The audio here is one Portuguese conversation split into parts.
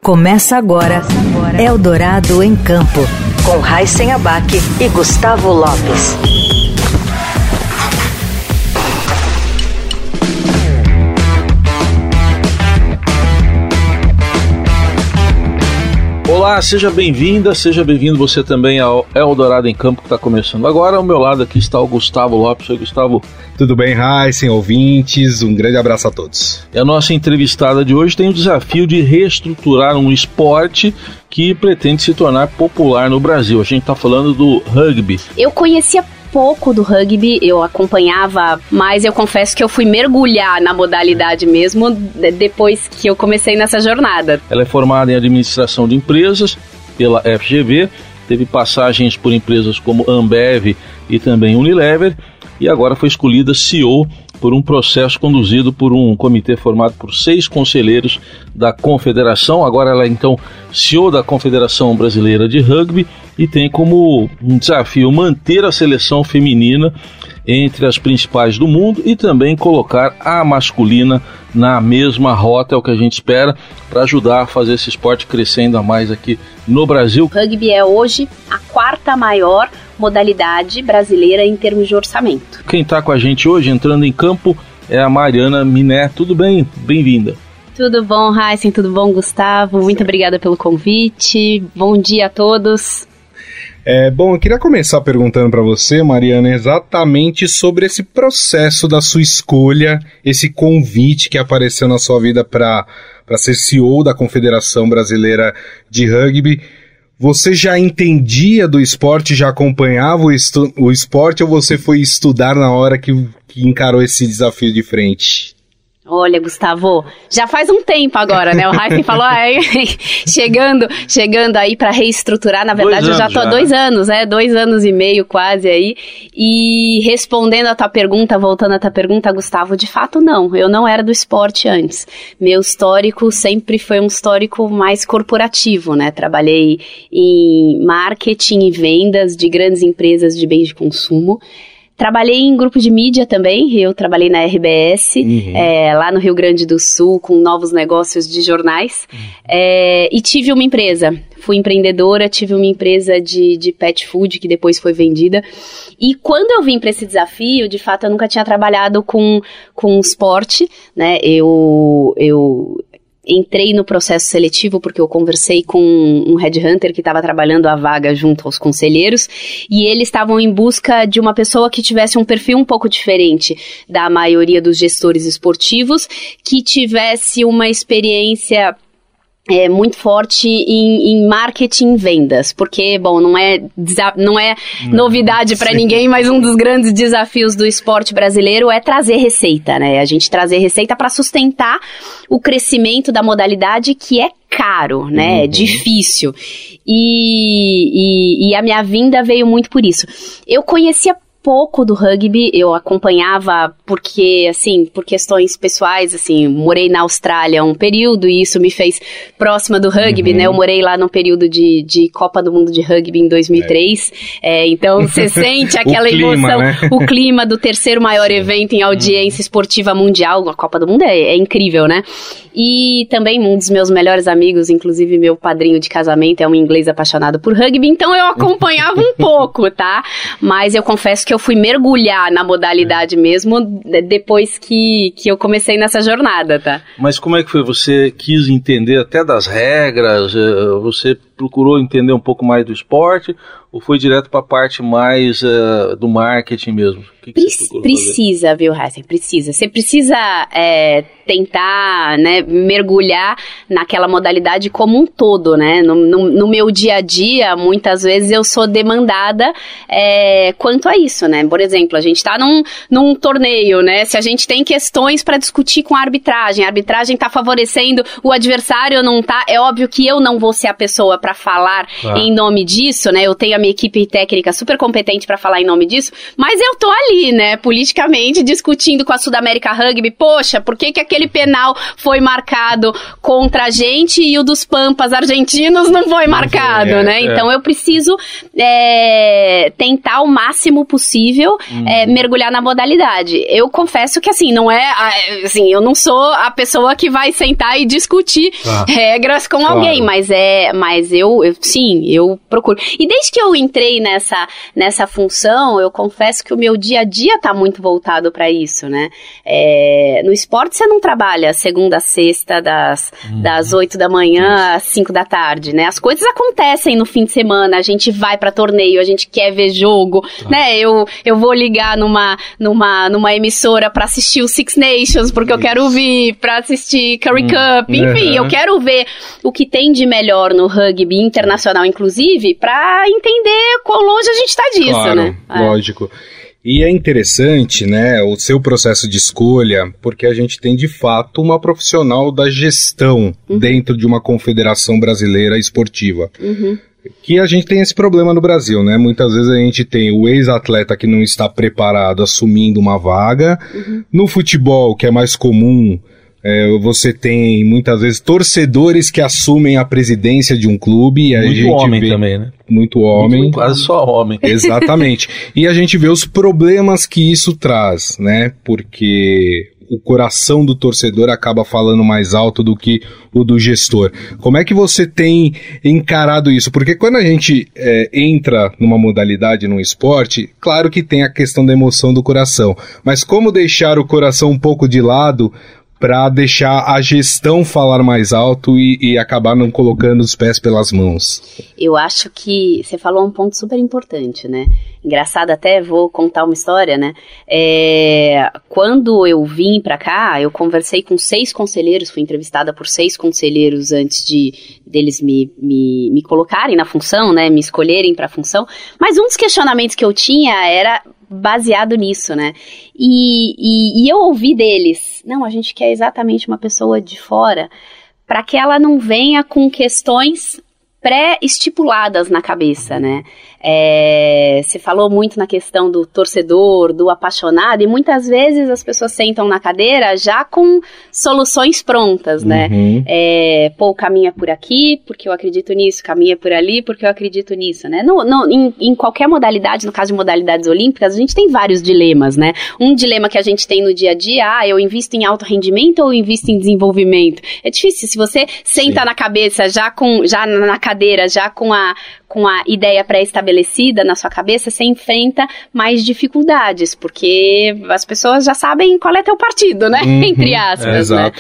Começa agora Eldorado em Campo, com Raíssen Abac e Gustavo Lopes. Olá, seja bem-vinda, seja bem-vindo você também ao Eldorado em Campo, que está começando agora. Ao meu lado aqui está o Gustavo Lopes. Oi, Gustavo. Tudo bem, Raíssen, ouvintes? Um grande abraço a todos. E a nossa entrevistada de hoje tem o desafio de reestruturar um esporte que pretende se tornar popular no Brasil. A gente está falando do rugby. Eu conhecia pouco do rugby, eu acompanhava, mas eu confesso que eu fui mergulhar na modalidade mesmo depois que eu comecei nessa jornada. Ela é formada em administração de empresas pela FGV, teve passagens por empresas como Ambev e também Unilever, e agora foi escolhida CEO por um processo conduzido por um comitê formado por 6 conselheiros da Confederação. Agora ela é então CEO da Confederação Brasileira de Rugby e tem como um desafio manter a seleção feminina entre as principais do mundo e também colocar a masculina na mesma rota, é o que a gente espera, para ajudar a fazer esse esporte crescer ainda mais aqui no Brasil. O rugby é hoje a 4ª maior modalidade brasileira em termos de orçamento. Quem está com a gente hoje, entrando em campo, é a Mariana Miné. Tudo bem? Bem-vinda. Tudo bom, Raíssen? Tudo bom, Gustavo? Muito obrigada pelo convite. Bom dia a todos. Bom, eu queria começar perguntando para você, Mariana, exatamente sobre esse processo da sua escolha, esse convite que apareceu na sua vida para ser CEO da Confederação Brasileira de Rugby. Você já entendia do esporte, já acompanhava o esporte, ou você foi estudar na hora que encarou esse desafio de frente? Olha, Gustavo, já faz um tempo agora, né? O Raíssen falou, chegando aí para reestruturar, na verdade eu já tô há 2 anos, 2 anos e meio quase aí, e respondendo a tua pergunta, voltando à tua pergunta, Gustavo, de fato não, eu não era do esporte antes, meu histórico sempre foi um histórico mais corporativo, né? Trabalhei em marketing e vendas de grandes empresas de bens de consumo. Trabalhei em grupo de mídia também, eu trabalhei na RBS, lá no Rio Grande do Sul, com novos negócios de jornais, e tive uma empresa, fui empreendedora, tive uma empresa de pet food, que depois foi vendida, e quando eu vim para esse desafio, de fato eu nunca tinha trabalhado com esporte, né, eu entrei no processo seletivo porque eu conversei com um headhunter que estava trabalhando a vaga junto aos conselheiros e eles estavam em busca de uma pessoa que tivesse um perfil um pouco diferente da maioria dos gestores esportivos, que tivesse uma experiência muito forte em marketing e vendas, porque, bom, não é novidade para ninguém, mas um dos grandes desafios do esporte brasileiro é trazer receita, né? A gente trazer receita para sustentar o crescimento da modalidade, que é caro, né? É difícil. E a minha vinda veio muito por isso. Eu conhecia pouco do rugby, eu acompanhava porque, assim, por questões pessoais, assim, morei na Austrália um período e isso me fez próxima do rugby, né? Eu morei lá num período de Copa do Mundo de Rugby em 2003, então você sente aquela emoção, né? O clima do 3º maior evento em audiência esportiva mundial, a Copa do Mundo é incrível, né? E também um dos meus melhores amigos, inclusive meu padrinho de casamento, é um inglês apaixonado por rugby, então eu acompanhava um pouco, tá? Mas eu confesso que eu fui mergulhar na modalidade mesmo depois que eu comecei nessa jornada, tá? Mas como é que foi? Você quis entender até das regras? Você procurou entender um pouco mais do esporte? Ou foi direto para a parte mais do marketing mesmo? O que você precisa, fazer? Viu, Raíssen? Precisa. Você precisa tentar, né, mergulhar naquela modalidade como um todo, né? No meu dia a dia, muitas vezes eu sou demandada quanto a isso, né? Por exemplo, a gente está num torneio, né? Se a gente tem questões para discutir com a arbitragem está favorecendo o adversário ou não está, é óbvio que eu não vou ser a pessoa para falar em nome disso, né? Eu tenho a minha equipe técnica super competente para falar em nome disso, mas eu tô ali, né, politicamente discutindo com a Sudamérica Rugby, poxa, por que aquele penal foi marcado contra a gente e o dos Pampas argentinos não foi marcado, né? Então eu preciso tentar o máximo possível mergulhar na modalidade. Eu confesso que, assim, não é, assim, eu não sou a pessoa que vai sentar e discutir regras com alguém, mas eu procuro. E desde que eu entrei nessa função, eu confesso que o meu dia a dia tá muito voltado para isso, né? No esporte você não trabalha segunda a sexta, das 8 da manhã às 5 da tarde, né? As coisas acontecem no fim de semana, a gente vai pra torneio, a gente quer ver jogo, né? Eu vou ligar numa emissora pra assistir o Six Nations, porque eu quero vir, pra assistir Curry Cup, enfim, eu quero ver o que tem de melhor no rugby internacional, inclusive, pra entender quão longe a gente tá disso, né? Lógico. E é interessante, né, o seu processo de escolha, porque a gente tem, de fato, uma profissional da gestão dentro de uma confederação brasileira esportiva. Que a gente tem esse problema no Brasil, né? Muitas vezes a gente tem o ex-atleta que não está preparado assumindo uma vaga. No futebol, que é mais comum, você tem, muitas vezes, torcedores que assumem a presidência de um clube. E aí muito homem também, né? Muito homem. Quase só homem. Exatamente. E a gente vê os problemas que isso traz, né? Porque o coração do torcedor acaba falando mais alto do que o do gestor. Como é que você tem encarado isso? Porque quando a gente entra numa modalidade, num esporte, claro que tem a questão da emoção do coração. Mas como deixar o coração um pouco de lado para deixar a gestão falar mais alto e acabar não colocando os pés pelas mãos? Eu acho que você falou um ponto super importante, né? Engraçado, até vou contar uma história, né? Quando eu vim pra cá, eu conversei com 6 conselheiros, fui entrevistada por 6 conselheiros antes deles me colocarem na função, né? Me escolherem pra função. Mas um dos questionamentos que eu tinha era baseado nisso, né? E eu ouvi deles, não, a gente quer exatamente uma pessoa de fora para que ela não venha com questões pré-estipuladas na cabeça, né? Você falou muito na questão do torcedor, do apaixonado, e muitas vezes as pessoas sentam na cadeira já com soluções prontas, né? O caminho é por aqui, porque eu acredito nisso, caminho é por ali, porque eu acredito nisso, né? Em qualquer modalidade, no caso de modalidades olímpicas, a gente tem vários dilemas, né? Um dilema que a gente tem no dia a dia, eu invisto em alto rendimento ou eu invisto em desenvolvimento? É difícil, se você senta na cabeça, já na cadeira, já com a ideia pré-estabelecida na sua cabeça, você enfrenta mais dificuldades, porque as pessoas já sabem qual é teu partido, né? Entre aspas, exato.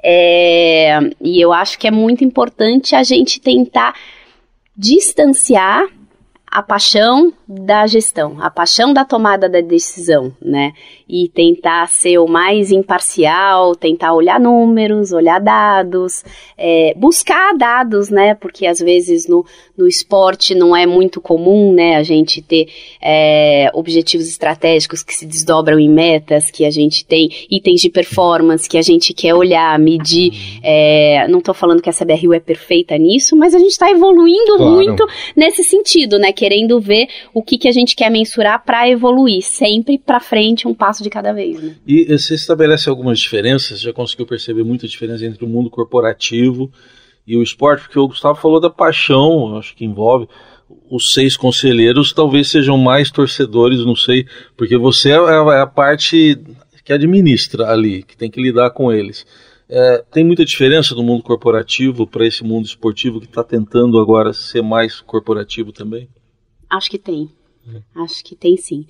Né? E eu acho que é muito importante a gente tentar distanciar a paixão da gestão, a paixão da tomada da decisão, né? E tentar ser o mais imparcial, tentar olhar números, olhar dados, buscar dados, né? Porque às vezes no esporte não é muito comum, né? A gente ter objetivos estratégicos que se desdobram em metas, que a gente tem itens de performance que a gente quer olhar, medir. Não tô falando que a CBRU é perfeita nisso, mas a gente está evoluindo muito nesse sentido, né? Querendo ver o que a gente quer mensurar para evoluir, sempre para frente, um passo de cada vez, né? E você estabelece algumas diferenças, já conseguiu perceber muita diferença entre o mundo corporativo e o esporte, porque o Gustavo falou da paixão, acho que envolve os 6 conselheiros, talvez sejam mais torcedores, não sei, porque você é a parte que administra ali, que tem que lidar com eles. Tem muita diferença do mundo corporativo para esse mundo esportivo que está tentando agora ser mais corporativo também? Acho que tem. Acho que tem, sim.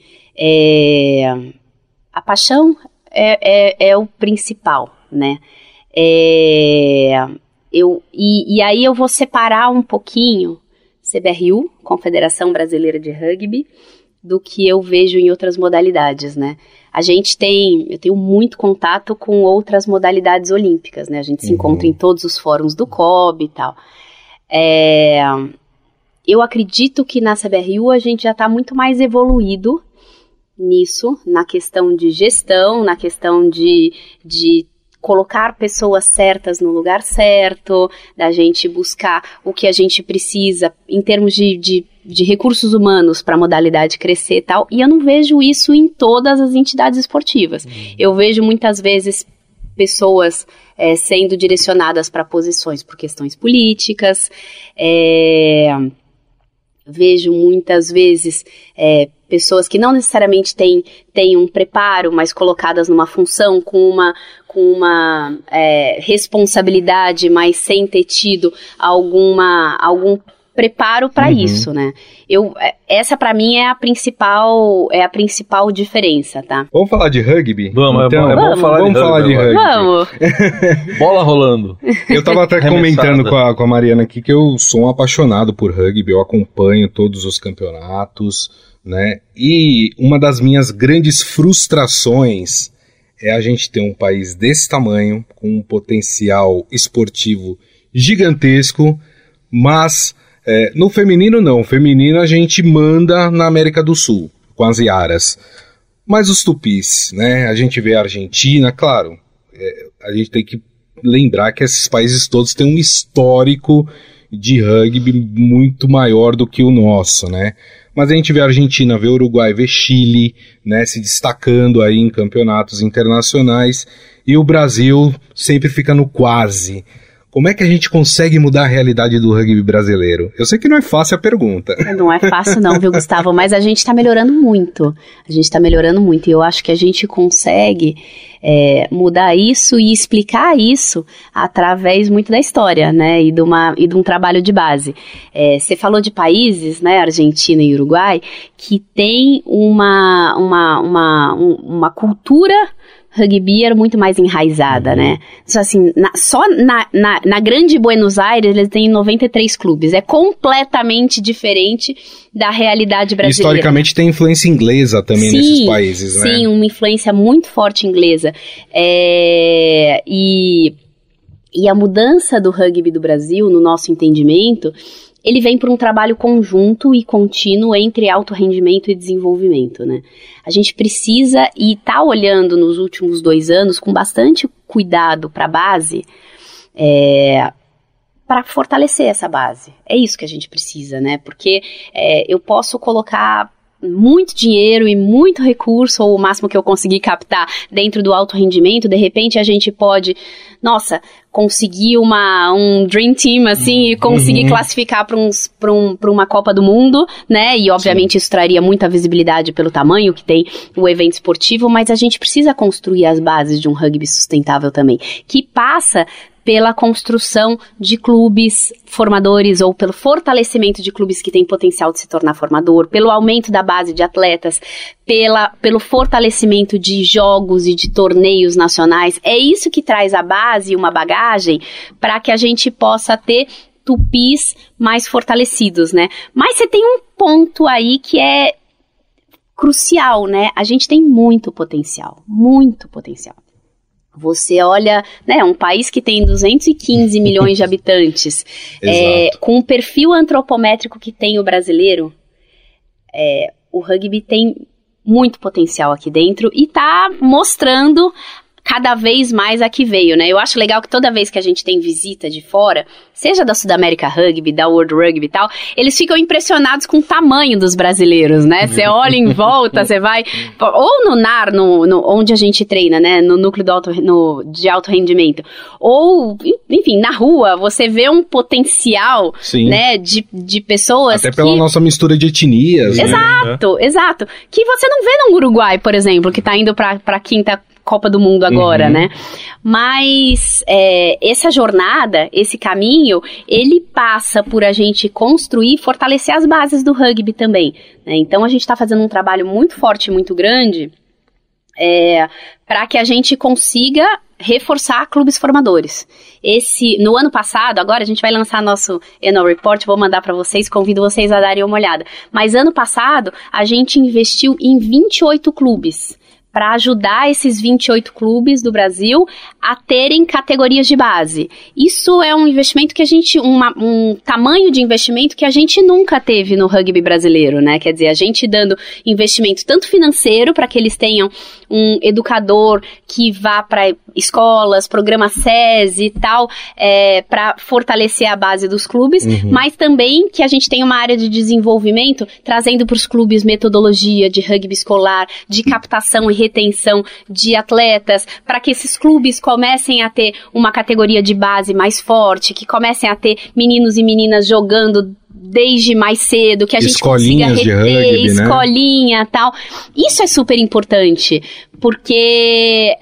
A paixão é o principal, né? E aí eu vou separar um pouquinho CBRU, Confederação Brasileira de Rugby, do que eu vejo em outras modalidades, né? Eu tenho muito contato com outras modalidades olímpicas, né? A gente se encontra em todos os fóruns do COB e tal. Eu acredito que na CBRU a gente já está muito mais evoluído nisso, na questão de gestão, na questão de colocar pessoas certas no lugar certo, da gente buscar o que a gente precisa em termos de recursos humanos para a modalidade crescer e tal, e eu não vejo isso em todas as entidades esportivas. Eu vejo muitas vezes pessoas sendo direcionadas para posições por questões políticas, vejo muitas vezes pessoas que não necessariamente têm um preparo, mas colocadas numa função com uma responsabilidade, mas sem ter tido algum preparo para isso, né? Essa para mim é a principal diferença, tá? Vamos falar de rugby? Vamos, então, vamos falar de rugby. Vamos! Bola rolando. Eu tava até comentando com a Mariana aqui que eu sou um apaixonado por rugby, eu acompanho todos os campeonatos, né? E uma das minhas grandes frustrações é a gente ter um país desse tamanho, com um potencial esportivo gigantesco, mas no feminino não. Feminino a gente manda na América do Sul, com as Iaras. Mas os tupis, né? A gente vê a Argentina, claro, a gente tem que lembrar que esses países todos têm um histórico de rugby muito maior do que o nosso, né? Mas a gente vê a Argentina, vê o Uruguai, vê Chile, né, se destacando aí em campeonatos internacionais, e o Brasil sempre fica no quase. Como é que a gente consegue mudar a realidade do rugby brasileiro? Eu sei que não é fácil a pergunta. Não é fácil não, viu, Gustavo? Mas a gente está melhorando muito. E eu acho que a gente consegue mudar isso e explicar isso através muito da história, né? E de um trabalho de base. Você falou de países, né? Argentina e Uruguai, que tem uma cultura rugbyer muito mais enraizada, né? Assim, só na grande Buenos Aires eles têm 93 clubes. É completamente diferente da realidade brasileira. Historicamente tem influência inglesa também nesses países, né? Sim, uma influência muito forte inglesa. E a mudança do rugby do Brasil, no nosso entendimento, ele vem por um trabalho conjunto e contínuo entre alto rendimento e desenvolvimento, né? A gente precisa, e tá olhando nos últimos 2 anos com bastante cuidado para a base, para fortalecer essa base. É isso que a gente precisa, né? Porque eu posso colocar muito dinheiro e muito recurso, ou o máximo que eu conseguir captar dentro do alto rendimento, de repente a gente pode, conseguir um Dream Team, assim, e conseguir classificar para uma Copa do Mundo, né, e obviamente isso traria muita visibilidade pelo tamanho que tem o evento esportivo, mas a gente precisa construir as bases de um rugby sustentável também, que passa pela construção de clubes formadores ou pelo fortalecimento de clubes que têm potencial de se tornar formador, pelo aumento da base de atletas, pelo fortalecimento de jogos e de torneios nacionais. É isso que traz a base e uma bagagem para que a gente possa ter tupis mais fortalecidos, né? Mas você tem um ponto aí que é crucial, né? A gente tem muito potencial, muito potencial. Você olha, né, um país que tem 215 milhões de habitantes, com o perfil antropométrico que tem o brasileiro, o rugby tem muito potencial aqui dentro e tá mostrando cada vez mais a que veio, né? Eu acho legal que toda vez que a gente tem visita de fora, seja da Sudamérica Rugby, da World Rugby e tal, eles ficam impressionados com o tamanho dos brasileiros, né? Você olha em volta, você vai... Ou no NAR, onde a gente treina, né? No núcleo de alto rendimento. Ou, enfim, na rua, você vê um potencial, né? De pessoas até pela nossa mistura de etnias, Exato, né? Exato. Que você não vê no Uruguai, por exemplo, que tá indo pra quinta Copa do Mundo agora, né? Mas essa jornada, esse caminho, ele passa por a gente construir e fortalecer as bases do rugby também, né? Então a gente está fazendo um trabalho muito forte, muito grande, para que a gente consiga reforçar clubes formadores. No ano passado, agora a gente vai lançar nosso Annual Report, vou mandar para vocês, convido vocês a darem uma olhada. Mas ano passado, a gente investiu em 28 clubes para ajudar esses 28 clubes do Brasil a terem categorias de base. Isso é um investimento que um tamanho de investimento que a gente nunca teve no rugby brasileiro, né? Quer dizer, a gente dando investimento tanto financeiro para que eles tenham um educador que vá para escolas, programa SESI e tal, para fortalecer a base dos clubes, mas também que a gente tenha uma área de desenvolvimento, trazendo para os clubes metodologia de rugby escolar, de captação e retenção de atletas, para que esses clubes comecem a ter uma categoria de base mais forte, que comecem a ter meninos e meninas jogando desde mais cedo, que a gente consiga reter, rugby, escolinha, né? Tal. Isso é super importante, porque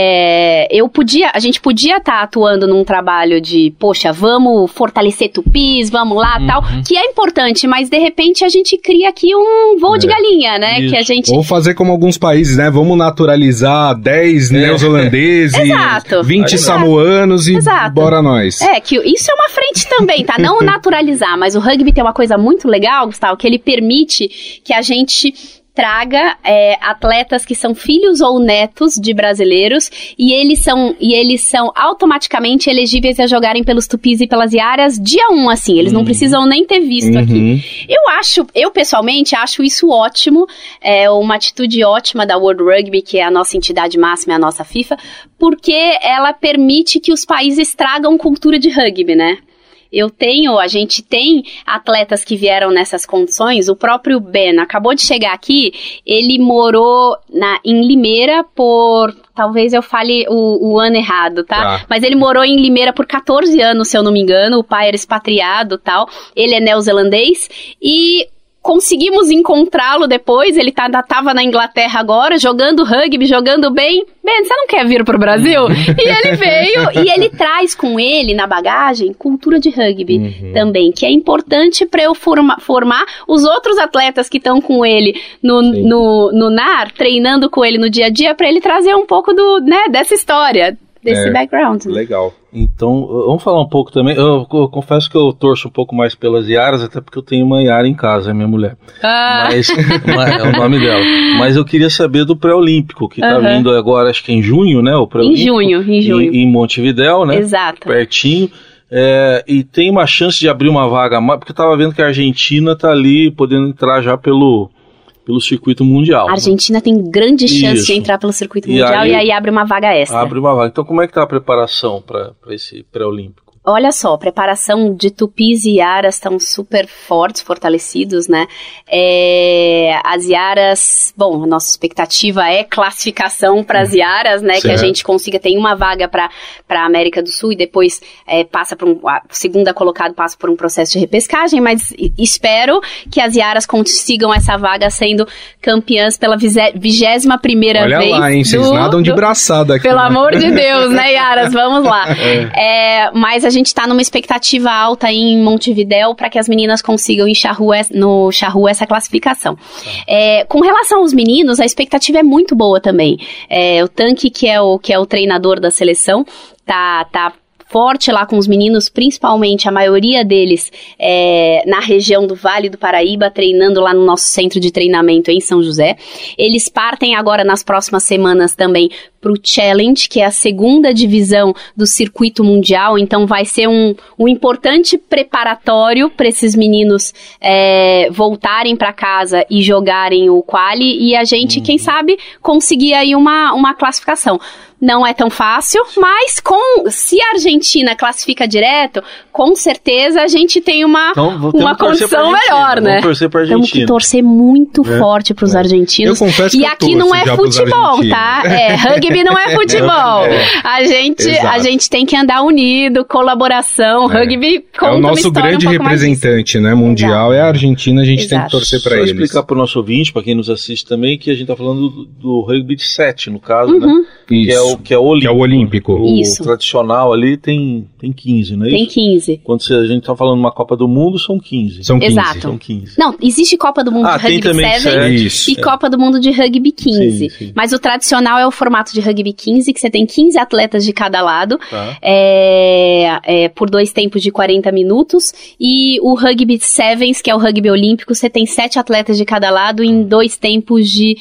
a gente podia estar atuando num trabalho de, poxa, vamos fortalecer tupis, vamos lá, tal, que é importante, mas de repente a gente cria aqui um voo de galinha, né? Que a gente... Ou fazer como alguns países, né? Vamos naturalizar 10 neozelandeses, 20 samoanos e bora nós. Que isso é uma frente também, tá? Não naturalizar, mas o rugby tem uma coisa muito legal, Gustavo, que ele permite que a gente traga atletas que são filhos ou netos de brasileiros e eles são automaticamente elegíveis a jogarem pelos Tupis e pelas Iaras dia 1, assim, eles não precisam nem ter visto aqui. Eu pessoalmente acho isso ótimo, é uma atitude ótima da World Rugby, que é a nossa entidade máxima, é a nossa FIFA, porque ela permite que os países tragam cultura de rugby, né? A gente tem atletas que vieram nessas condições. O próprio Ben acabou de chegar aqui, ele morou em Limeira por... Talvez eu fale o ano errado, tá? Mas ele morou em Limeira por 14 anos, se eu não me engano. O pai era expatriado, tal. Ele é neozelandês e... conseguimos encontrá-lo depois, ele tava na Inglaterra agora, jogando rugby, jogando bem. Ben, você não quer vir pro Brasil? E ele veio, e ele traz com ele, na bagagem, cultura de rugby também, que é importante para eu formar os outros atletas que estão com ele no NAR, treinando com ele no dia a dia, para ele trazer um pouco dessa história, desse background. Legal. Então, vamos falar um pouco também. Eu confesso que eu torço um pouco mais pelas Iaras, até porque eu tenho uma Iara em casa, é minha mulher. Mas é o nome dela. Mas eu queria saber do pré-olímpico, que tá vindo agora, acho que em junho, né? O pré-olímpico. Em junho. Em Montevidéu, né? Exato. Pertinho. E tem uma chance de abrir uma vaga, porque eu tava vendo que a Argentina tá ali podendo entrar já pelo circuito mundial. A Argentina tem grande chance de entrar pelo circuito mundial e aí abre uma vaga extra. Abre uma vaga. Então como é que tá a preparação para esse pré-olímpico? Olha só, a preparação de Tupis e Iaras estão super fortes, fortalecidos, né? As Iaras, bom, a nossa expectativa é classificação para as Iaras, né? Certo. Que a gente consiga, tem uma vaga para a América do Sul e depois passa por a segunda colocada passa por um processo de repescagem, mas espero que as Iaras consigam essa vaga sendo campeãs pela 21ª vez. Olha lá, hein? Vocês nadam de braçada aqui. Pelo amor de Deus, né, Iaras? Vamos lá. Mas a gente está numa expectativa alta em Montevidéu para que as meninas consigam no Charrua essa classificação. Com relação aos meninos, a expectativa é muito boa também. O Tanque, que é o treinador da seleção, tá forte lá com os meninos, principalmente a maioria deles na região do Vale do Paraíba, treinando lá no nosso centro de treinamento em São José. Eles partem agora nas próximas semanas também para o Challenge, que é a segunda divisão do circuito mundial, então vai ser um importante preparatório para esses meninos voltarem para casa e jogarem o quali e a gente, quem sabe, conseguir aí uma classificação. Não é tão fácil, mas se a Argentina classifica direto, com certeza a gente tem uma condição melhor, né? Vamos torcer pra Argentina. Temos que torcer muito forte pros argentinos. Eu confesso que aqui não é futebol, tá? Rugby não é futebol. A gente tem que andar unido, colaboração, rugby conta o nosso grande representante, né, mundial. É a Argentina, a gente tem que torcer pra eles. Só explicar pro nosso ouvinte, pra quem nos assiste também, que a gente tá falando do rugby de 7, no caso, né? Isso. Que é o olímpico. O tradicional ali tem 15, não é isso? Tem 15. Quando a gente tá falando de uma Copa do Mundo, são 15. Exato. São 15. Não, existe Copa do Mundo de Rugby 7 e Copa do Mundo de Rugby 15. Sim. Mas o tradicional é o formato de rugby 15, que você tem 15 atletas de cada lado, por 2 tempos de 40 minutos, e o rugby sevens, que é o rugby olímpico, você tem 7 atletas de cada lado em 2 tempos de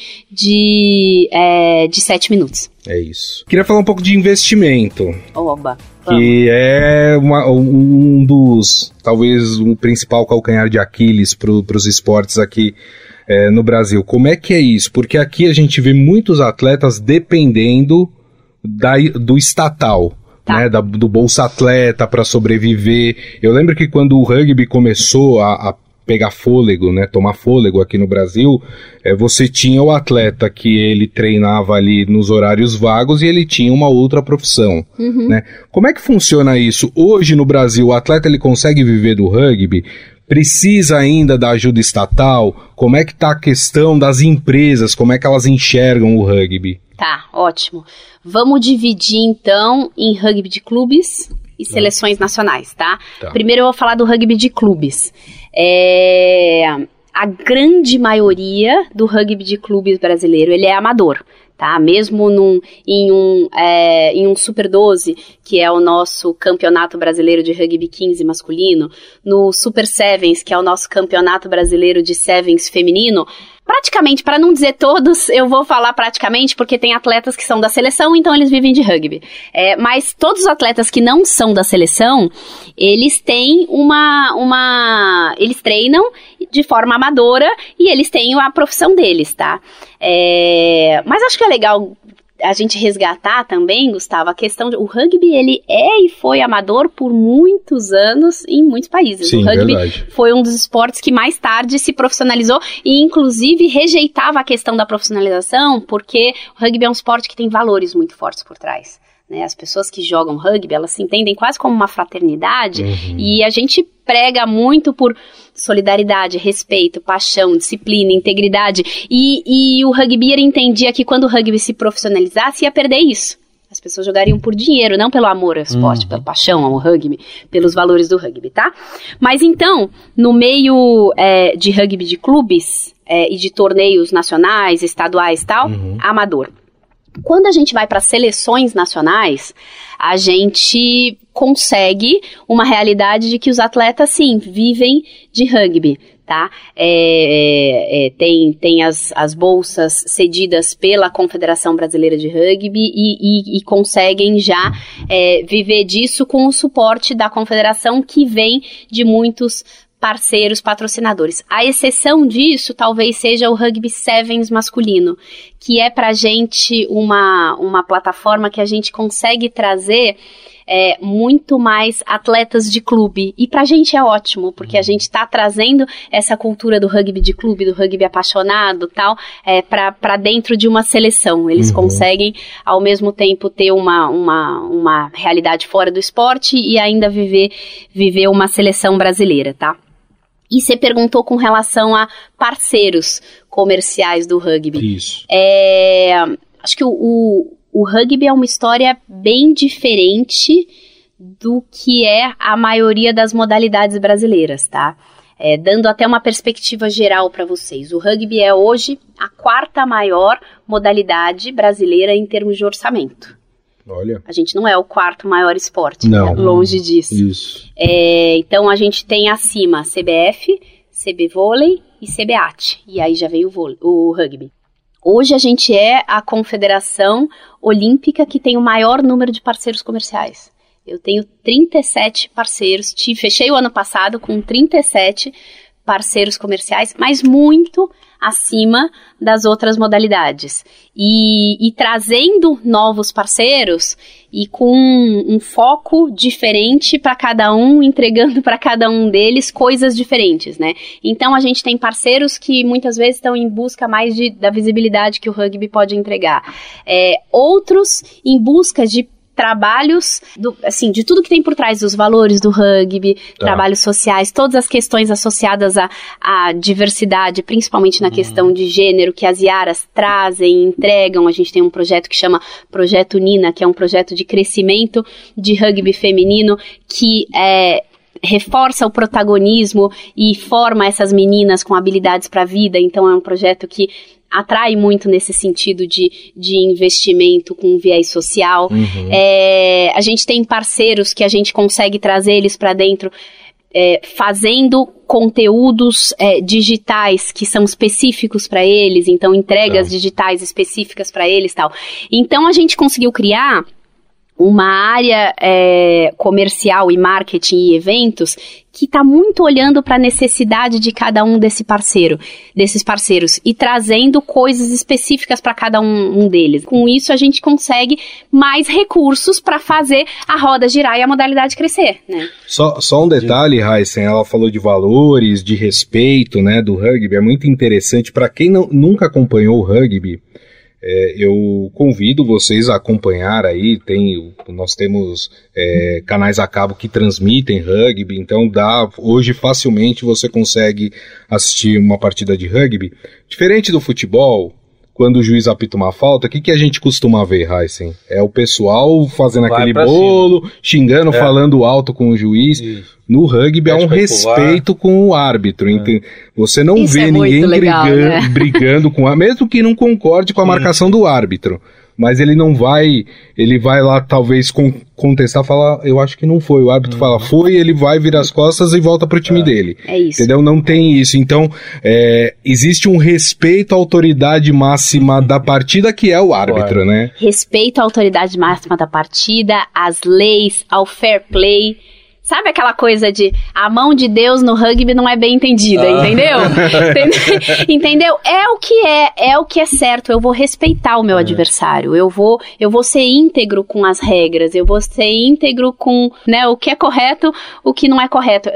7 minutos. É isso. Queria falar um pouco de investimento. Oba! Que é um dos, talvez, o principal calcanhar de Aquiles para os esportes aqui no Brasil. Como é que é isso? Porque aqui a gente vê muitos atletas dependendo do estatal, né? Do Bolsa Atleta para sobreviver. Eu lembro que quando o rugby começou a pegar fôlego, né, tomar fôlego aqui no Brasil, você tinha o atleta que ele treinava ali nos horários vagos e ele tinha uma outra profissão, né? Como é que funciona isso? Hoje no Brasil, o atleta ele consegue viver do rugby? Precisa ainda da ajuda estatal? Como é que tá a questão das empresas? Como é que elas enxergam o rugby? Tá, ótimo. Vamos dividir então em rugby de clubes e seleções nacionais, tá? Primeiro eu vou falar do rugby de clubes. A grande maioria do rugby de clubes brasileiro, ele é amador, tá? Mesmo em um Super 12, que é o nosso campeonato brasileiro de rugby 15 masculino, no Super Sevens, que é o nosso campeonato brasileiro de Sevens feminino, praticamente, para não dizer todos, eu vou falar praticamente, porque tem atletas que são da seleção, então eles vivem de rugby. Mas todos os atletas que não são da seleção, eles têm eles treinam de forma amadora e eles têm a profissão deles, tá? Mas acho que é legal a gente resgatar também, Gustavo, a questão de o rugby, ele e foi amador por muitos anos em muitos países. Sim, o rugby verdade. Foi um dos esportes que mais tarde se profissionalizou e inclusive rejeitava a questão da profissionalização, porque o rugby é um esporte que tem valores muito fortes por trás. Né? As pessoas que jogam rugby, elas se entendem quase como uma fraternidade e a gente prega muito por solidariedade, respeito, paixão, disciplina, integridade e o rugbyer entendia que quando o rugby se profissionalizasse ia perder isso. As pessoas jogariam por dinheiro, não pelo amor ao esporte, pela paixão ao rugby, pelos valores do rugby, tá? Mas então, no meio de rugby de clubes e de torneios nacionais, estaduais e tal, amador. Quando a gente vai para seleções nacionais, a gente consegue uma realidade de que os atletas, sim, vivem de rugby, tá? Tem as bolsas cedidas pela Confederação Brasileira de Rugby e conseguem já viver disso com o suporte da Confederação, que vem de muitos parceiros, patrocinadores. A exceção disso talvez seja o Rugby Sevens masculino, que é pra gente uma plataforma que a gente consegue trazer muito mais atletas de clube. E pra gente é ótimo, porque a gente tá trazendo essa cultura do rugby de clube, do rugby apaixonado, tal, pra dentro de uma seleção. Eles conseguem, ao mesmo tempo, ter uma realidade fora do esporte e ainda viver uma seleção brasileira, tá? E você perguntou com relação a parceiros comerciais do rugby. Isso. Acho que o rugby é uma história bem diferente do que é a maioria das modalidades brasileiras, tá? Dando até uma perspectiva geral para vocês. O rugby é hoje a 4ª maior modalidade brasileira em termos de orçamento. Olha. A gente não é o 4º maior esporte, não. Né? Longe disso. Isso. Então a gente tem acima CBF, CB Vôlei e CBAT. E aí já veio o rugby. Hoje a gente é a confederação olímpica que tem o maior número de parceiros comerciais. Eu tenho 37 parceiros, fechei o ano passado com 37 parceiros comerciais, mas muito acima das outras modalidades. E trazendo novos parceiros e com um foco diferente para cada um, entregando para cada um deles coisas diferentes, né? Então a gente tem parceiros que muitas vezes estão em busca mais da visibilidade que o rugby pode entregar. Outros em busca de trabalhos, de tudo que tem por trás dos valores do rugby, trabalhos sociais, todas as questões associadas à diversidade, principalmente na questão de gênero, que as IARAs trazem, entregam. A gente tem um projeto que chama Projeto Nina, que é um projeto de crescimento de rugby feminino, que reforça o protagonismo e forma essas meninas com habilidades para a vida. Então é um projeto que atrai muito nesse sentido de investimento com viés social. A gente tem parceiros que a gente consegue trazer eles para dentro, fazendo conteúdos digitais que são específicos para eles, então entregas digitais específicas para eles e tal. Então a gente conseguiu criar uma área comercial e marketing e eventos que está muito olhando para a necessidade de cada um desses parceiros e trazendo coisas específicas para cada um deles. Com isso a gente consegue mais recursos para fazer a roda girar e a modalidade crescer, né? Só um detalhe, Heisen, ela falou de valores, de respeito, né, do rugby, é muito interessante. Para quem nunca acompanhou o rugby, eu convido vocês a acompanhar aí, nós temos canais a cabo que transmitem rugby, então hoje facilmente você consegue assistir uma partida de rugby. Diferente do futebol, quando o juiz apita uma falta, o que a gente costuma ver, Heisen? É o pessoal fazendo aquele bolo, xingando, falando alto com o juiz. Isso. No rugby é um respeito com o árbitro. Você não isso vê ninguém brigando com o mesmo que não concorde com a marcação do árbitro. Mas ele não vai, ele vai lá talvez contestar, falar, eu acho que não foi. O árbitro fala, foi, ele vai virar as costas e volta pro time dele. É isso. Entendeu? Não tem isso. Então, existe um respeito à autoridade máxima da partida, que é o árbitro, né? Respeito à autoridade máxima da partida, às leis, ao fair play. Sabe aquela coisa de a mão de Deus no rugby não é bem entendida, entendeu? Entendeu? É o que é certo, eu vou respeitar o meu adversário, eu vou ser íntegro com as regras, eu vou ser íntegro com, né, o que é correto, o que não é correto.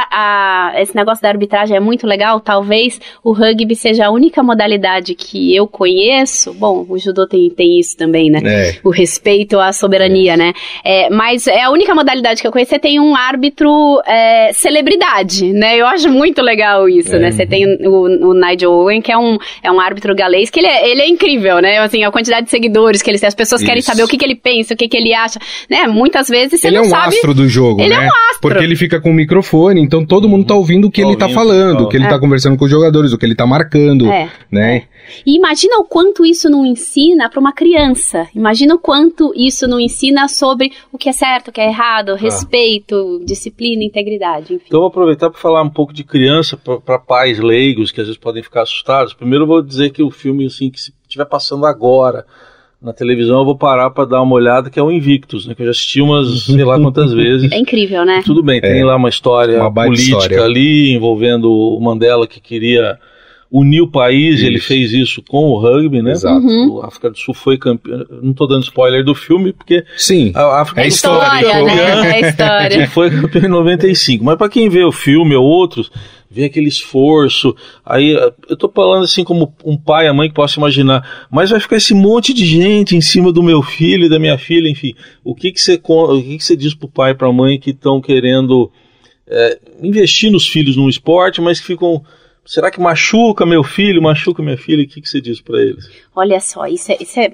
Esse negócio da arbitragem é muito legal, talvez o rugby seja a única modalidade que eu conheço, bom, o judô tem isso também, né? O respeito à soberania, né? Mas é a única modalidade que eu conheço, você tem um árbitro celebridade, né? Eu acho muito legal isso, né? Você tem o Nigel Owen, que é um árbitro galês, que ele é incrível, né? Assim, a quantidade de seguidores que ele tem, as pessoas querem saber o que ele pensa, o que ele acha, né? Muitas vezes você não sabe... Ele é um astro do jogo, ele né? É um astro. Porque ele fica com o microfone, então todo mundo tá ouvindo o que ele tá falando, o que ele tá conversando com os jogadores, o que ele tá marcando, né? E imagina o quanto isso não ensina para uma criança. Imagina o quanto isso não ensina sobre o que é certo, o que é errado, respeito, disciplina, integridade, enfim. Então eu vou aproveitar para falar um pouco de criança, para pais leigos que às vezes podem ficar assustados. Primeiro eu vou dizer que o filme, assim, que se estiver passando agora na televisão, eu vou parar para dar uma olhada, que é o Invictus, né, que eu já assisti umas, sei lá quantas vezes. É incrível, né? Tudo bem, tem lá uma história política ali, envolvendo o Mandela, que queria unir o país, ele fez isso com o rugby, né? Exato. O África do Sul foi campeão. Não estou dando spoiler do filme, porque sim, a África do Sul é história. Que foi campeão em 95. Mas para quem vê o filme ou outros, vê aquele esforço. Aí eu estou falando assim como um pai, a mãe que possa imaginar, mas vai ficar esse monte de gente em cima do meu filho e da minha filha, enfim. O que você diz para o pai e para a mãe que estão querendo investir nos filhos num esporte, mas que ficam... Será que machuca meu filho, machuca minha filha? O que você diz pra eles? Olha só, isso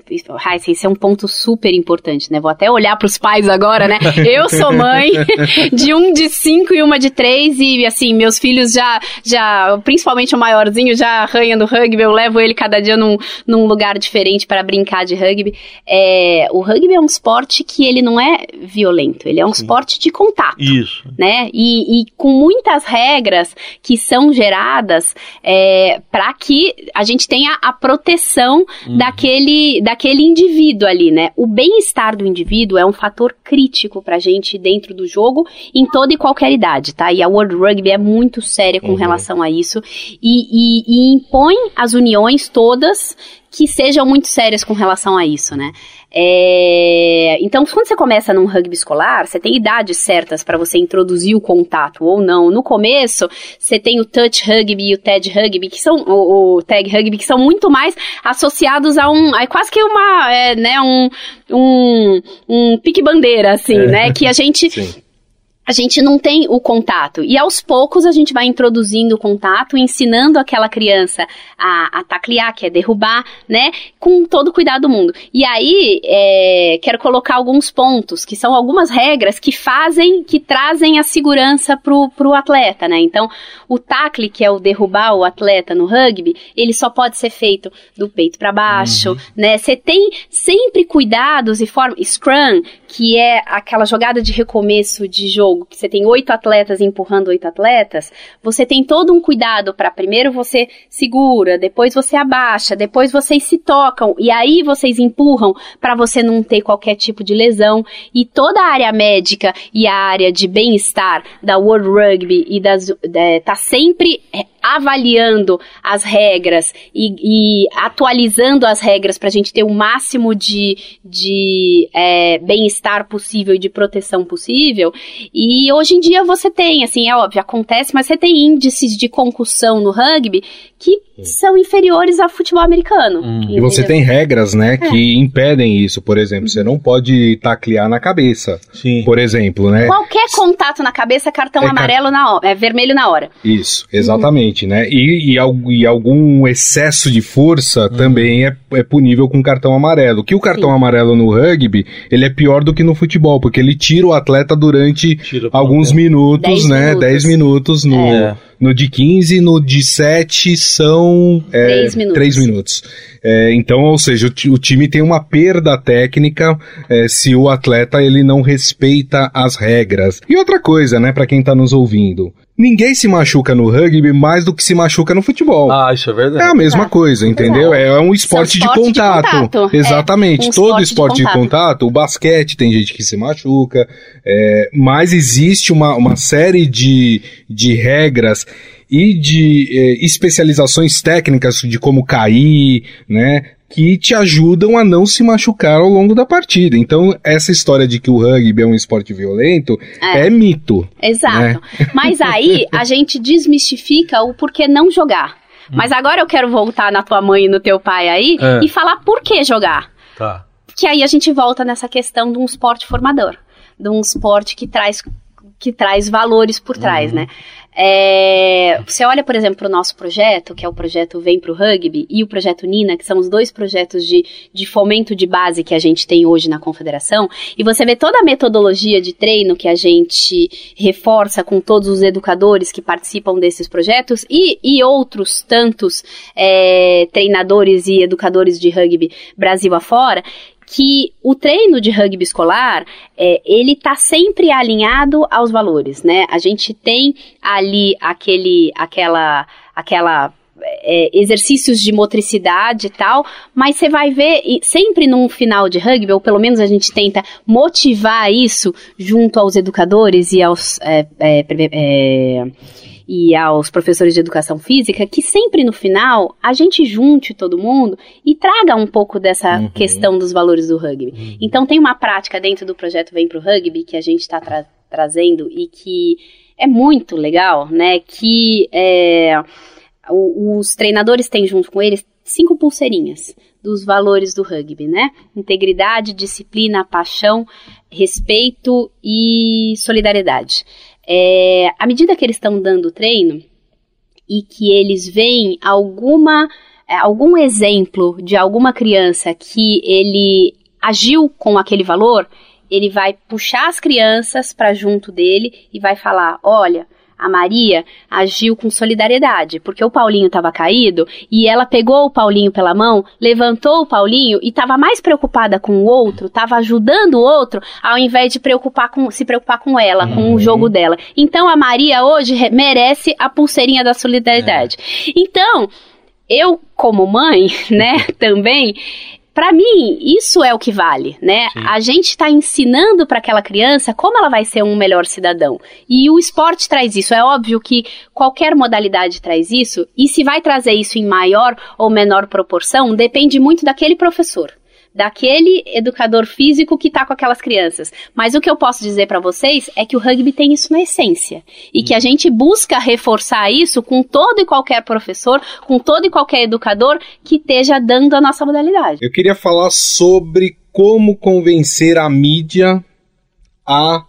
é um ponto super importante, né? Vou até olhar pros pais agora, né? Eu sou mãe de um de 5 e uma de 3 e, assim, meus filhos já principalmente o maiorzinho, já arranha no rugby, eu levo ele cada dia num lugar diferente para brincar de rugby. O rugby é um esporte que ele não é violento, ele é um esporte de contato. Isso. Né? E com muitas regras que são geradas para que a gente tenha a proteção daquele indivíduo ali, né? O bem-estar do indivíduo é um fator crítico pra gente dentro do jogo em toda e qualquer idade, tá? E a World Rugby é muito séria com relação a isso e impõe as uniões todas que sejam muito sérias com relação a isso, né? Então, quando você começa num rugby escolar, você tem idades certas para você introduzir o contato ou não. No começo, você tem o touch rugby e o tag rugby, que são o tag rugby, que são muito mais associados a quase que um pique-bandeira, assim, né? Que a gente... Sim. a gente não tem o contato. E aos poucos a gente vai introduzindo o contato, ensinando aquela criança a taclear, que é derrubar, né? Com todo o cuidado do mundo. E aí, quero colocar alguns pontos, que são algumas regras que trazem a segurança pro atleta, né? Então, o tackle, que é o derrubar o atleta no rugby, ele só pode ser feito do peito para baixo, né? Você tem sempre cuidados e forma. Scrum, que é aquela jogada de recomeço de jogo, que você tem 8 atletas empurrando 8 atletas, você tem todo um cuidado para primeiro você segura, depois você abaixa, depois vocês se tocam e aí vocês empurram para você não ter qualquer tipo de lesão. E toda a área médica e a área de bem-estar da World Rugby e tá sempre avaliando as regras e atualizando as regras para a gente ter o máximo de bem-estar possível e de proteção possível. E hoje em dia você tem, assim, é óbvio, acontece, mas você tem índices de concussão no rugby que são inferiores ao futebol americano. E você tem regras, né, que impedem isso. Por exemplo, você não pode taclear na cabeça, por exemplo, né? Qualquer contato na cabeça é cartão amarelo na hora, é vermelho na hora. Isso, exatamente, né? E algum excesso de força também é punível com cartão amarelo. Que o cartão amarelo no rugby, ele é pior do que no futebol, porque ele tira o atleta durante alguns minutos, 10 minutos no de 15, no de 7 são 3 minutos. Então, ou seja, o time tem uma perda técnica se o atleta ele não respeita as regras. E outra coisa, né, pra quem tá nos ouvindo, ninguém se machuca no rugby mais do que se machuca no futebol. Isso é verdade. É a mesma coisa, entendeu? É um esporte de contato. Exatamente. Todo esporte de contato. O basquete tem gente que se machuca, mas existe uma série de regras e de especializações técnicas de como cair, né, que te ajudam a não se machucar ao longo da partida. Então, essa história de que o rugby é um esporte violento é mito. Exato. Né? Mas aí, a gente desmistifica o porquê não jogar. Mas agora eu quero voltar na tua mãe e no teu pai aí e falar por que jogar. Tá. Que aí a gente volta nessa questão de um esporte formador. De um esporte que traz valores por trás, né? Você olha, por exemplo, para o nosso projeto, que é o projeto Vem Pro Rugby, e o projeto Nina, que são os 2 projetos de fomento de base que a gente tem hoje na Confederação, e você vê toda a metodologia de treino que a gente reforça com todos os educadores que participam desses projetos e outros tantos treinadores e educadores de rugby Brasil afora, que o treino de rugby escolar, ele tá sempre alinhado aos valores, né? A gente tem ali exercícios de motricidade e tal, mas você vai ver sempre num final de rugby, ou pelo menos a gente tenta motivar isso junto aos educadores e aos professores de educação física, que sempre no final a gente junte todo mundo e traga um pouco dessa questão dos valores do rugby. Então tem uma prática dentro do projeto Vem Pro Rugby que a gente está trazendo e que é muito legal, né, que os treinadores têm junto com eles 5 pulseirinhas dos valores do rugby, né? Integridade, disciplina, paixão, respeito e solidariedade. À medida que eles estão dando treino e que eles veem algum exemplo de alguma criança que ele agiu com aquele valor, ele vai puxar as crianças para junto dele e vai falar, olha, a Maria agiu com solidariedade, porque o Paulinho estava caído e ela pegou o Paulinho pela mão, levantou o Paulinho e estava mais preocupada com o outro, estava ajudando o outro, ao invés de se preocupar com ela, com o jogo dela. Então a Maria hoje merece a pulseirinha da solidariedade. Então, eu como mãe, né, também... Para mim, isso é o que vale, né? Sim. A gente está ensinando para aquela criança como ela vai ser um melhor cidadão. E o esporte traz isso. É óbvio que qualquer modalidade traz isso. E se vai trazer isso em maior ou menor proporção, depende muito daquele professor, daquele educador físico que está com aquelas crianças. Mas o que eu posso dizer para vocês é que o rugby tem isso na essência. E que a gente busca reforçar isso com todo e qualquer professor, com todo e qualquer educador que esteja dando a nossa modalidade. Eu queria falar sobre como convencer a mídia a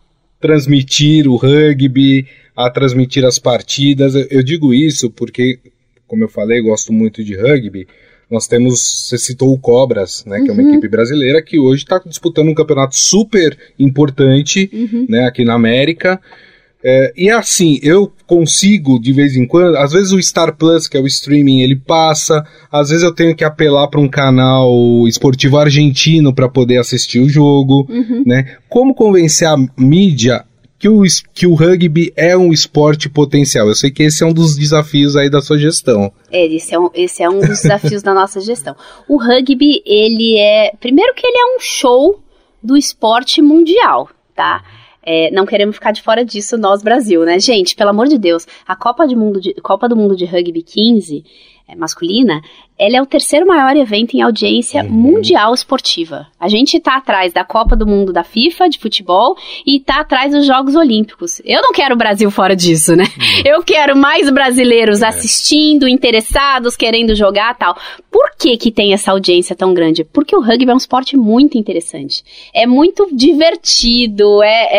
transmitir o rugby, a transmitir as partidas. Eu digo isso porque, como eu falei, gosto muito de rugby. Nós temos, você citou o Cobras, né, que é uma equipe brasileira que hoje está disputando um campeonato super importante, né, aqui na América. E assim, eu consigo, de vez em quando, às vezes o Star Plus, que é o streaming, ele passa, às vezes eu tenho que apelar para um canal esportivo argentino para poder assistir o jogo, né? Como convencer a mídia que o rugby é um esporte potencial? Eu sei que esse é um dos desafios aí da sua gestão. Esse é um dos desafios da nossa gestão. O rugby, primeiro que ele é um show do esporte mundial, tá? Não queremos ficar de fora disso, nós, Brasil, né? Gente, pelo amor de Deus, a Copa do Mundo de Rugby 15, masculina, ela é o terceiro maior evento em audiência mundial esportiva. A gente tá atrás da Copa do Mundo da FIFA, de futebol, e tá atrás dos Jogos Olímpicos. Eu não quero o Brasil fora disso, né? Eu quero mais brasileiros assistindo, interessados, querendo jogar e tal. Por que tem essa audiência tão grande? Porque o rugby é um esporte muito interessante. É muito divertido,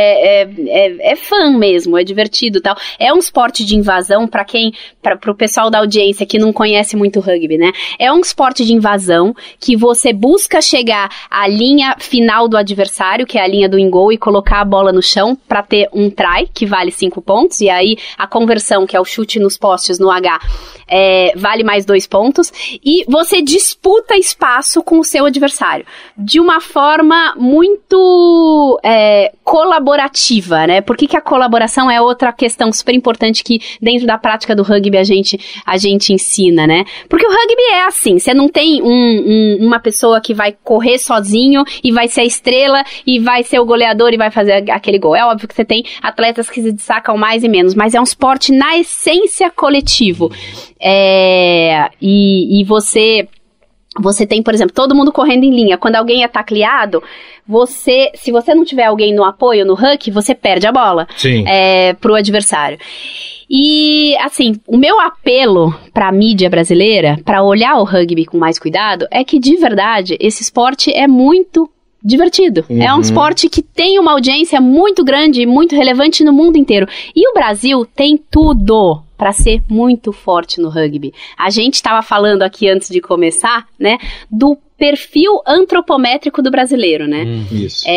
é fã mesmo, é divertido e tal. É um esporte de invasão pro pessoal da audiência que não conhece muito rugby, né? É um esporte de invasão que você busca chegar à linha final do adversário, que é a linha do in-goal, e colocar a bola no chão para ter um try, que vale 5 pontos, e aí a conversão, que é o chute nos postes no H, vale mais 2 pontos, e você disputa espaço com o seu adversário, de uma forma muito colaborativa, né? Por que a colaboração é outra questão super importante que dentro da prática do rugby a gente ensina, né? Porque o rugby é assim, você não tem uma pessoa que vai correr sozinho e vai ser a estrela e vai ser o goleador e vai fazer aquele gol. É óbvio que você tem atletas que se destacam mais e menos, mas é um esporte na essência coletivo. E você tem, por exemplo, todo mundo correndo em linha. Quando alguém é tacleado, se você não tiver alguém no apoio, no ruck, você perde a bola pro adversário. E, assim, o meu apelo pra mídia brasileira, pra olhar o rugby com mais cuidado, é que, de verdade, esse esporte é muito divertido. É um esporte que tem uma audiência muito grande e muito relevante no mundo inteiro. E o Brasil tem tudo para ser muito forte no rugby. A gente estava falando aqui antes de começar, né, do perfil antropométrico do brasileiro, né? Isso.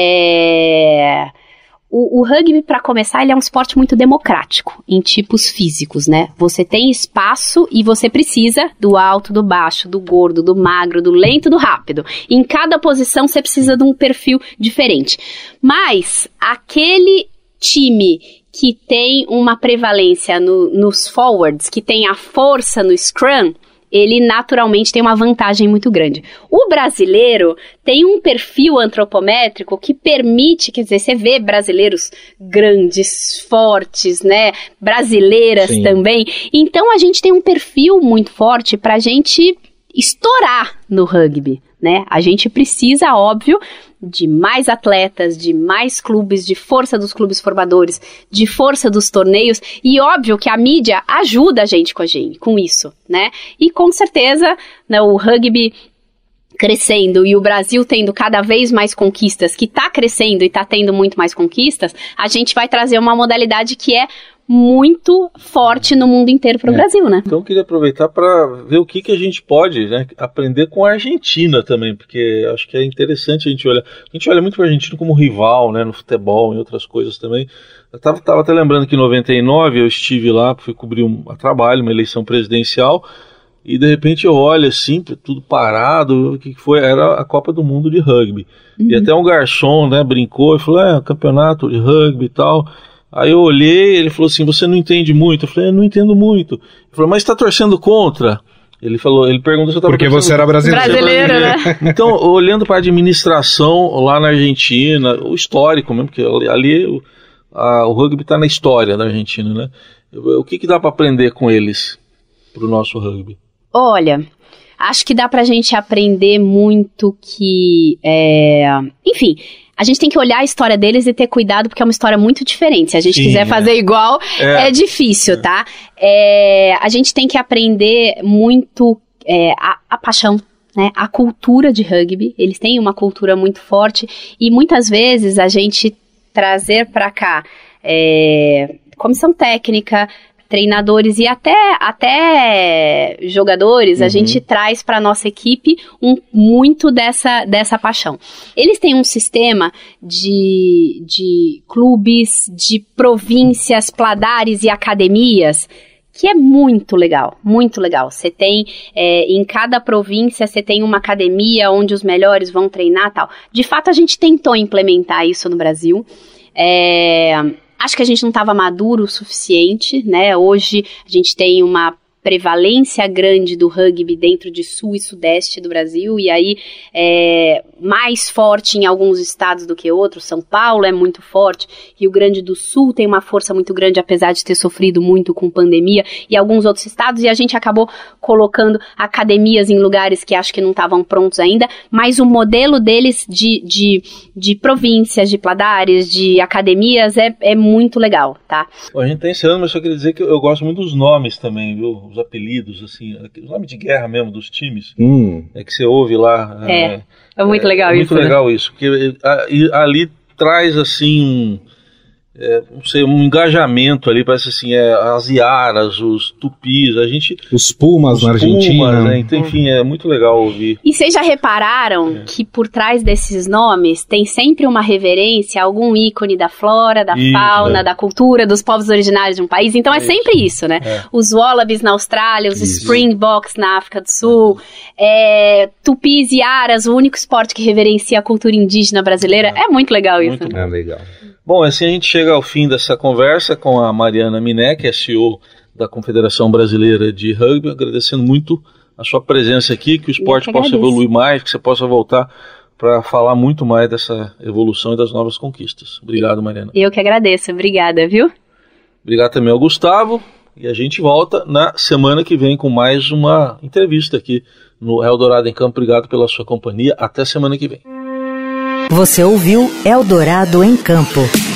O rugby, para começar, ele é um esporte muito democrático, em tipos físicos, né? Você tem espaço e você precisa do alto, do baixo, do gordo, do magro, do lento, do rápido. Em cada posição você precisa de um perfil diferente. Mas aquele time que tem uma prevalência nos forwards, que tem a força no scrum, ele naturalmente tem uma vantagem muito grande. O brasileiro tem um perfil antropométrico que permite, quer dizer, você vê brasileiros grandes, fortes, né? Brasileiras também. Então a gente tem um perfil muito forte pra gente estourar no rugby, né? A gente precisa, óbvio, de mais atletas, de mais clubes, de força dos clubes formadores, de força dos torneios, e óbvio que a mídia ajuda a gente com isso, né? E com certeza, né, o rugby crescendo e o Brasil tendo cada vez mais conquistas, que tá crescendo e tá tendo muito mais conquistas, a gente vai trazer uma modalidade que é muito forte no mundo inteiro para o Brasil, né? Então eu queria aproveitar para ver o que a gente pode, né, aprender com a Argentina também, porque acho que é interessante a gente olha muito para a Argentina como rival, né, no futebol, em outras coisas também. Eu tava até lembrando que em 99 eu estive lá, fui cobrir a trabalho, uma eleição presidencial, e de repente eu olho assim, tudo parado, o que foi? Era a Copa do Mundo de Rugby. E até um garçom, né, brincou e falou, campeonato de rugby e tal. Aí eu olhei, ele falou assim, você não entende muito? Eu falei, eu não entendo muito. Ele falou, mas está torcendo contra? Ele perguntou se eu estava porque você era brasileiro, né? Então, olhando para a administração lá na Argentina, o histórico mesmo, porque ali o rugby está na história da Argentina, né? O que dá para aprender com eles para o nosso rugby? Olha, acho que dá pra gente aprender muito que, enfim, a gente tem que olhar a história deles e ter cuidado, porque é uma história muito diferente. Se a gente quiser fazer igual, é difícil, tá? A gente tem que aprender muito a paixão, né? A cultura de rugby. Eles têm uma cultura muito forte e muitas vezes a gente trazer pra cá comissão técnica, treinadores e até jogadores, a gente traz para a nossa equipe muito dessa paixão. Eles têm um sistema de clubes, de províncias, pladares e academias que é muito legal, muito legal. Você tem, em cada província, você tem uma academia onde os melhores vão treinar e tal. De fato, a gente tentou implementar isso no Brasil. Acho que a gente não estava maduro o suficiente, né? Hoje a gente tem uma prevalência grande do rugby dentro de sul e sudeste do Brasil, e aí mais forte em alguns estados do que outros. São Paulo é muito forte, Rio Grande do Sul tem uma força muito grande, apesar de ter sofrido muito com pandemia, e alguns outros estados, e a gente acabou colocando academias em lugares que acho que não estavam prontos ainda, mas o modelo deles de províncias, de pladares, de academias é muito legal, tá? Bom, a gente tá encerrando, mas só queria dizer que eu gosto muito dos nomes também, viu? Os apelidos, assim, os nomes de guerra mesmo dos times, que você ouve lá. É muito legal isso. Muito legal isso, porque ali traz, assim, não sei, um engajamento ali, parece assim, as iaras, os tupis, os pumas na Argentina. Né? Então, enfim, é muito legal ouvir. E vocês já repararam que por trás desses nomes tem sempre uma reverência a algum ícone da flora, da fauna, da cultura, dos povos originários de um país? Então é sempre isso, né? Os wallabies na Austrália, os springboks na África do Sul, tupis e aras, o único esporte que reverencia a cultura indígena brasileira. É muito legal isso. Muito legal. Bom, assim a gente chega ao fim dessa conversa com a Mariana Miné, que é CEO da Confederação Brasileira de Rugby, agradecendo muito a sua presença aqui, que o esporte possa evoluir mais, que você possa voltar para falar muito mais dessa evolução e das novas conquistas. Obrigado, Mariana. Eu que agradeço, obrigada, viu? Obrigado também ao Gustavo, e a gente volta na semana que vem com mais uma entrevista aqui no Eldorado em Campo. Obrigado pela sua companhia, até semana que vem. Você ouviu Eldorado em Campo.